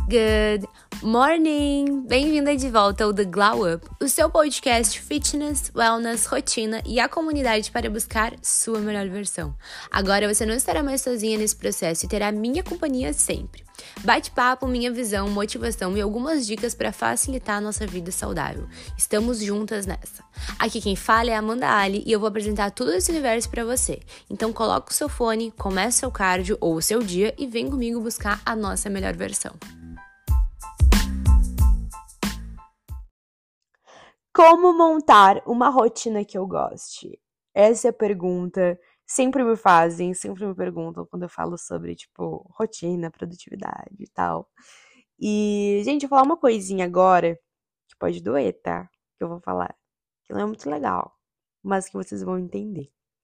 Good morning! Bem-vinda de volta ao The Glow Up, o seu podcast fitness, wellness, rotina e a comunidade para buscar sua melhor versão. Agora você não estará mais sozinha nesse processo e terá minha companhia sempre. Bate-papo, minha visão, motivação e algumas dicas para facilitar a nossa vida saudável. Estamos juntas nessa. Aqui quem fala é a Amanda Ali e eu vou apresentar todo esse universo para você. Então coloca o seu fone, comece seu cardio ou o seu dia e vem comigo buscar a nossa melhor versão. Como montar uma rotina que eu goste? Essa é a pergunta. Sempre me fazem, sempre me perguntam quando eu falo sobre, rotina, produtividade e tal. E, gente, eu vou falar uma coisinha agora que pode doer, tá? Que eu vou falar. Que não é muito legal, mas que vocês vão entender.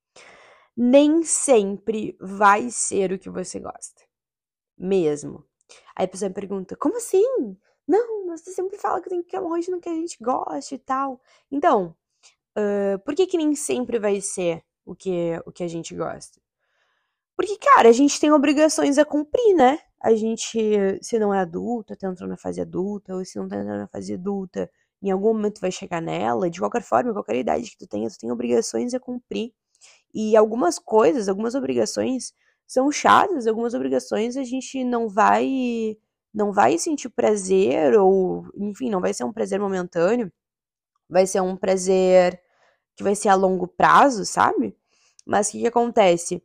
Nem sempre vai ser o que você gosta. Mesmo. Aí a pessoa me pergunta, como assim? Não, mas você sempre fala que tem que ter uma rotina que a gente goste e tal. Então, por que nem sempre vai ser o que a gente gosta? Porque, cara, a gente tem obrigações a cumprir, né? A gente, se não é adulta, tá entrando na fase adulta, ou se não tá entrando na fase adulta, em algum momento vai chegar nela. De qualquer forma, qualquer idade que tu tem obrigações a cumprir. E algumas coisas, algumas obrigações são chatas, algumas obrigações a gente não vai sentir prazer, ou, enfim, não vai ser um prazer momentâneo, vai ser um prazer que vai ser a longo prazo, sabe? Mas o que acontece?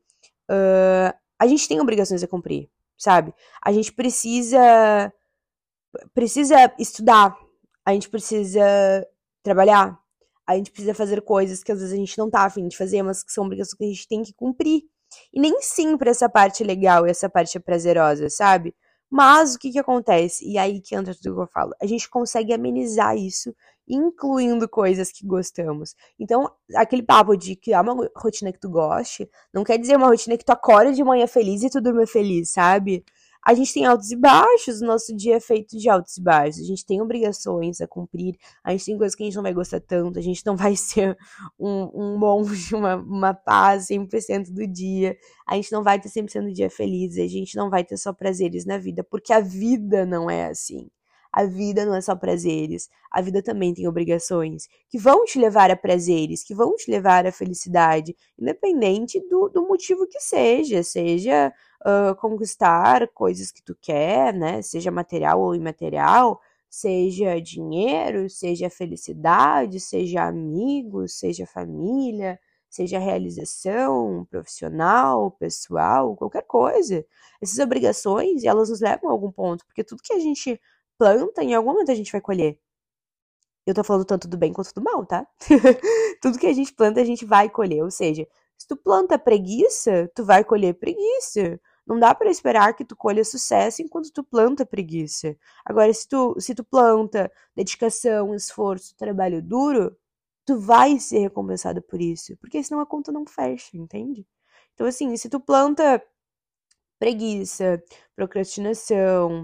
A gente tem obrigações a cumprir, sabe? A gente precisa estudar, a gente precisa trabalhar, a gente precisa fazer coisas que às vezes a gente não tá afim de fazer, mas que são obrigações que a gente tem que cumprir. E nem sempre essa parte é legal e essa parte é prazerosa, sabe? Mas o que acontece? E aí que entra tudo que eu falo. A gente consegue amenizar isso, incluindo coisas que gostamos. Então, aquele papo de criar uma rotina que tu goste, não quer dizer uma rotina que tu acorda de manhã feliz e tu durma feliz, sabe? A gente tem altos e baixos, o nosso dia é feito de altos e baixos, a gente tem obrigações a cumprir, a gente tem coisas que a gente não vai gostar tanto, a gente não vai ser um monge, uma paz 100% do dia, a gente não vai ter 100% do dia feliz, a gente não vai ter só prazeres na vida, porque a vida não é assim. A vida não é só prazeres, a vida também tem obrigações que vão te levar a prazeres, que vão te levar à felicidade, independente do motivo que seja conquistar coisas que tu quer, né? Seja material ou imaterial, seja dinheiro, seja felicidade, seja amigos, seja família, seja realização profissional, pessoal, qualquer coisa. Essas obrigações, elas nos levam a algum ponto, porque tudo que a gente planta, em algum momento a gente vai colher. Eu tô falando tanto do bem quanto do mal, tá? Tudo que a gente planta, a gente vai colher. Ou seja, se tu planta preguiça, tu vai colher preguiça. Não dá pra esperar que tu colha sucesso enquanto tu planta preguiça. Agora, se tu planta dedicação, esforço, trabalho duro, tu vai ser recompensado por isso. Porque senão a conta não fecha, entende? Então, assim, se tu planta preguiça, procrastinação,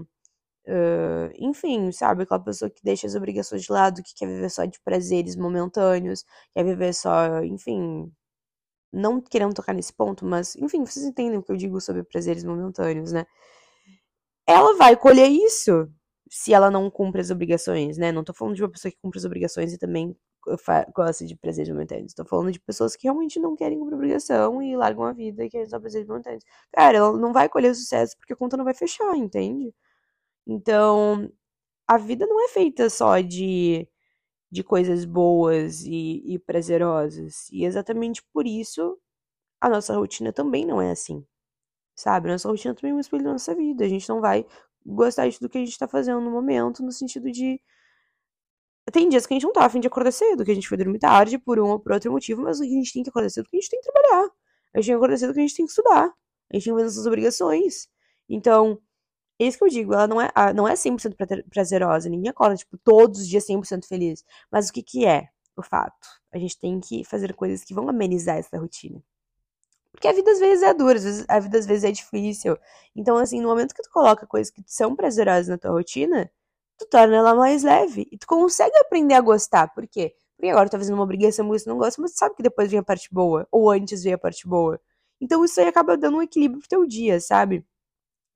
enfim, sabe? Aquela pessoa que deixa as obrigações de lado, que quer viver só de prazeres momentâneos, quer viver só, enfim, não querendo tocar nesse ponto, mas, enfim, vocês entendem o que eu digo sobre prazeres momentâneos, né? Ela vai colher isso se ela não cumpre as obrigações, né? Não tô falando de uma pessoa que cumpre as obrigações e também gosta de prazeres momentâneos. Tô falando de pessoas que realmente não querem cumprir obrigação e largam a vida e querem só prazeres momentâneos. Cara, ela não vai colher sucesso porque a conta não vai fechar, entende? Então, a vida não é feita só de coisas boas e prazerosas. E exatamente por isso, a nossa rotina também não é assim, sabe? A nossa rotina também é um espelho da nossa vida. A gente não vai gostar de tudo que a gente tá fazendo no momento, no sentido de... Tem dias que a gente não tá a fim de acordar cedo, que a gente foi dormir tarde por um ou por outro motivo, mas a gente tem que acordar cedo porque a gente tem que trabalhar. A gente tem que acordar cedo porque a gente tem que estudar. A gente tem que fazer nossas obrigações. Então... é isso que eu digo, ela não é 100% prazerosa, ninguém acorda, todos os dias 100% feliz. Mas o que é o fato? A gente tem que fazer coisas que vão amenizar essa rotina. Porque a vida às vezes é dura, a vida às vezes é difícil. Então, assim, no momento que tu coloca coisas que são prazerosas na tua rotina, tu torna ela mais leve. E tu consegue aprender a gostar. Por quê? Porque agora tu tá fazendo uma obrigação que você não gosta, mas tu sabe que depois vem a parte boa. Ou antes vem a parte boa. Então isso aí acaba dando um equilíbrio pro teu dia, sabe?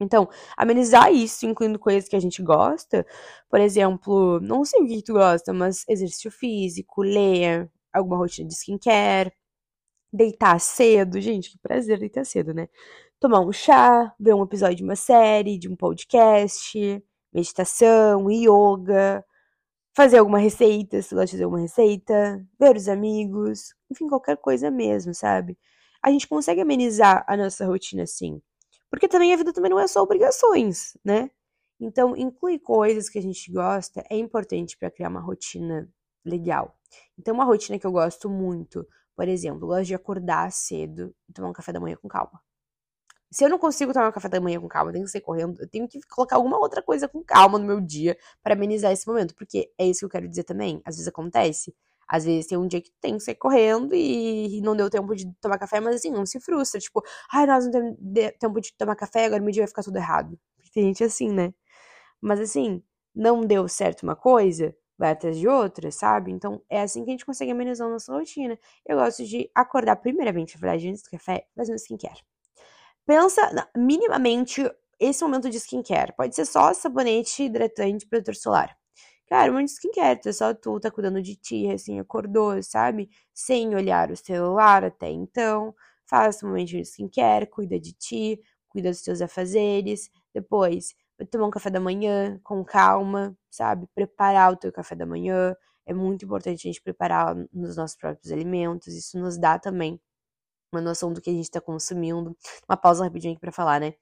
Então, amenizar isso, incluindo coisas que a gente gosta, por exemplo, não sei o que tu gosta, mas exercício físico, ler, alguma rotina de skincare, deitar cedo, gente, que prazer deitar cedo, né? Tomar um chá, ver um episódio de uma série, de um podcast, meditação, yoga, fazer alguma receita, se gosta de fazer alguma receita, ver os amigos, enfim, qualquer coisa mesmo, sabe? A gente consegue amenizar a nossa rotina assim. Porque também a vida também não é só obrigações, né? Então, incluir coisas que a gente gosta é importante para criar uma rotina legal. Então, uma rotina que eu gosto muito, por exemplo, eu gosto de acordar cedo e tomar um café da manhã com calma. Se eu não consigo tomar um café da manhã com calma, eu tenho que sair correndo, eu tenho que colocar alguma outra coisa com calma no meu dia para amenizar esse momento, porque é isso que eu quero dizer também. Às vezes acontece. Às vezes tem um dia que tu tem que sair correndo e não deu tempo de tomar café, mas assim, não se frustra. Tipo, ai, nós não temos tempo de tomar café, agora meu dia vai ficar tudo errado. Porque tem gente assim, né? Mas assim, não deu certo uma coisa, vai atrás de outra, sabe? Então é assim que a gente consegue amenizar a nossa rotina. Eu gosto de acordar primeiramente, na verdade, antes do café, fazer um skincare. Pensa minimamente esse momento de skincare. Pode ser só sabonete, hidratante, protetor solar. Cara, um momento de skincare, só tu tá cuidando de ti, assim, acordou, sabe? Sem olhar o celular até então. Faça um momento de skincare, cuida de ti, cuida dos teus afazeres. Depois, vai tomar um café da manhã com calma, sabe? Preparar o teu café da manhã. É muito importante a gente preparar nos nossos próprios alimentos. Isso nos dá também uma noção do que a gente tá consumindo. Uma pausa rapidinho aqui pra falar, né?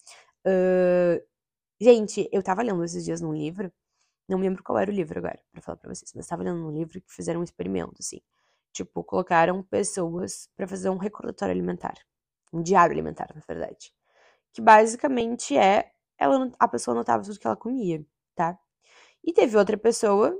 Uh, gente, eu tava lendo esses dias num livro, não me lembro qual era o livro agora, pra falar pra vocês, mas tava lendo um livro que fizeram um experimento, assim. Tipo, colocaram pessoas pra fazer um recordatório alimentar. Um diário alimentar, na verdade. Que basicamente é, a pessoa anotava tudo que ela comia, tá? E teve outra pessoa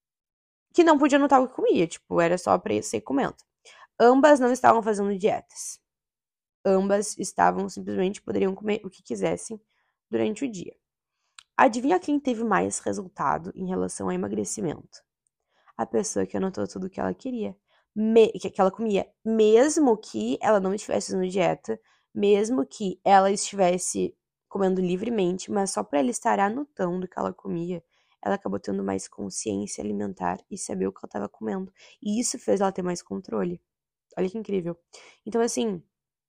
que não podia anotar o que comia, tipo, era só pra ir comendo. Ambas não estavam fazendo dietas. Ambas estavam simplesmente poderiam comer o que quisessem durante o dia. Adivinha quem teve mais resultado em relação ao emagrecimento? A pessoa que anotou tudo que ela queria, que ela comia, mesmo que ela não estivesse fazendo dieta, mesmo que ela estivesse comendo livremente, mas só para ela estar anotando o que ela comia, ela acabou tendo mais consciência alimentar e saber o que ela estava comendo. E isso fez ela ter mais controle. Olha que incrível. Então, assim,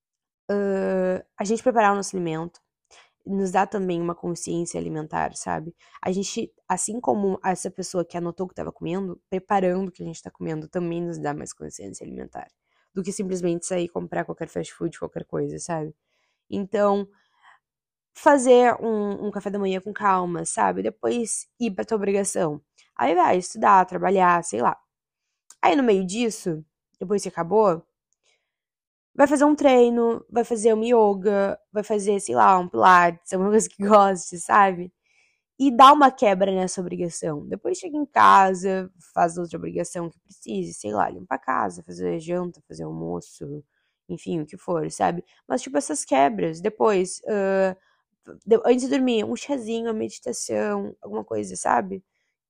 a gente preparar o nosso alimento nos dá também uma consciência alimentar, sabe? A gente, assim como essa pessoa que anotou o que estava comendo, preparando o que a gente está comendo também nos dá mais consciência alimentar do que simplesmente sair e comprar qualquer fast food, qualquer coisa, sabe? Então, fazer um café da manhã com calma, sabe? Depois ir pra tua obrigação. Aí vai estudar, trabalhar, sei lá. Aí no meio disso, depois que acabou, vai fazer um treino, vai fazer uma yoga, vai fazer, sei lá, um pilates, alguma coisa que goste, sabe? E dá uma quebra nessa obrigação. Depois chega em casa, faz outra obrigação que precise, sei lá, limpa a casa, fazer janta, fazer almoço, enfim, o que for, sabe? Mas, tipo, essas quebras. Depois, antes de dormir, um chazinho, uma meditação, alguma coisa, sabe?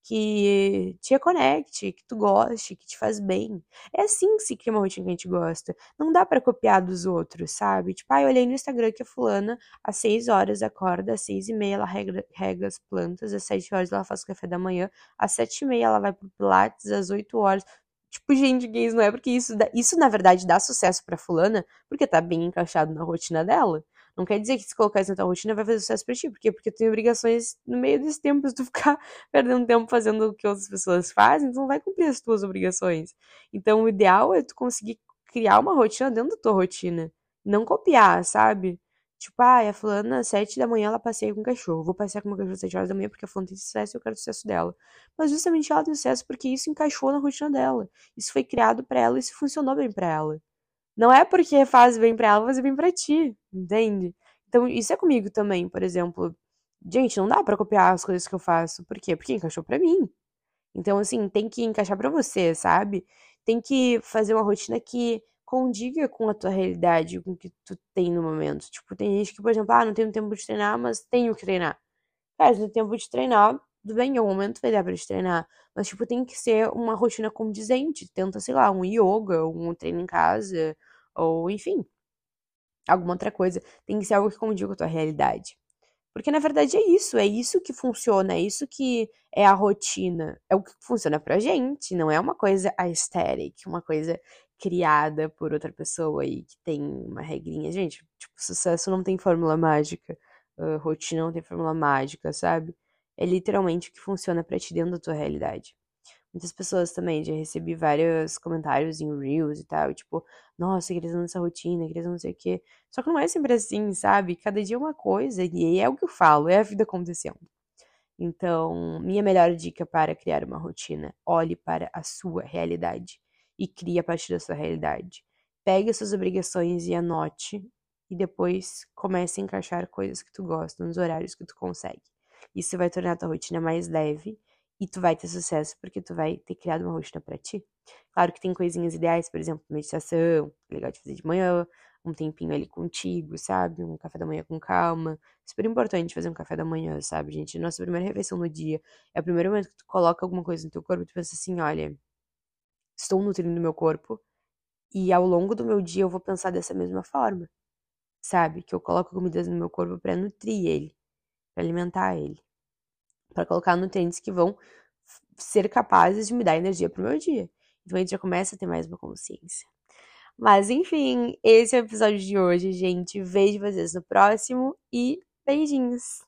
Que te reconecte, que tu goste, que te faz bem. É assim que se cria uma rotina que a gente gosta. Não dá pra copiar dos outros, sabe? Tipo, eu olhei no Instagram que a fulana às 6 horas acorda, às 6h30 ela rega as plantas, às 7 horas ela faz o café da manhã, às 7h30 ela vai pro Pilates, às 8 horas. Tipo, gente, que isso não é porque isso na verdade dá sucesso pra fulana, porque tá bem encaixado na rotina dela. Não quer dizer que se colocar isso na tua rotina vai fazer sucesso pra ti. Por quê? Porque tu tem obrigações no meio desse tempo. Se tu ficar perdendo tempo fazendo o que outras pessoas fazem, tu não vai cumprir as tuas obrigações. Então, o ideal é tu conseguir criar uma rotina dentro da tua rotina. Não copiar, sabe? Tipo, a fulana, às 7 da manhã, ela passeia com o cachorro. Vou passear com o meu cachorro às 7 horas da manhã porque a fulana tem sucesso e eu quero o sucesso dela. Mas justamente ela tem sucesso porque isso encaixou na rotina dela. Isso foi criado pra ela e isso funcionou bem pra ela. Não é porque faz bem pra ela, faz bem pra ti, entende? Então, isso é comigo também, por exemplo. Gente, não dá pra copiar as coisas que eu faço. Por quê? Porque encaixou pra mim. Então, assim, tem que encaixar pra você, sabe? Tem que fazer uma rotina que condiga com a tua realidade, com o que tu tem no momento. Tipo, tem gente que, por exemplo, não tenho tempo de treinar, mas tenho que treinar. Cara, se não tem tempo de treinar, tudo bem, em algum momento vai dar pra te treinar. Mas, tipo, tem que ser uma rotina condizente. Tenta, sei lá, um yoga, um treino em casa, ou enfim, alguma outra coisa. Tem que ser algo que condiga com a tua realidade. Porque na verdade é isso que funciona, é isso que é a rotina, é o que funciona pra gente, não é uma coisa aesthetic, uma coisa criada por outra pessoa e que tem uma regrinha. Gente, tipo, sucesso não tem fórmula mágica, rotina não tem fórmula mágica, sabe? É literalmente o que funciona pra ti dentro da tua realidade. Muitas pessoas também, já recebi vários comentários em Reels e tal, tipo, nossa, queria estar nessa rotina, queria não sei o quê. Só que não é sempre assim, sabe? Cada dia é uma coisa, e é o que eu falo, é a vida acontecendo. Então, minha melhor dica para criar uma rotina: olhe para a sua realidade e crie a partir da sua realidade. Pegue as suas obrigações e anote, e depois comece a encaixar coisas que tu gosta, nos horários que tu consegue. Isso vai tornar a tua rotina mais leve e tu vai ter sucesso porque tu vai ter criado uma rotina para ti. Claro que tem coisinhas ideais, por exemplo, meditação, legal de fazer de manhã, um tempinho ali contigo, sabe? Um café da manhã com calma. Super importante fazer um café da manhã, sabe, gente? Nossa primeira refeição no dia. É o primeiro momento que tu coloca alguma coisa no teu corpo e tu pensa assim, olha, estou nutrindo meu corpo e ao longo do meu dia eu vou pensar dessa mesma forma, sabe? Que eu coloco comidas no meu corpo pra nutrir ele, pra alimentar ele, pra colocar nutrientes que vão ser capazes de me dar energia pro meu dia. Então a gente já começa a ter mais uma consciência. Mas enfim, esse é o episódio de hoje, gente. Vejo vocês no próximo e beijinhos!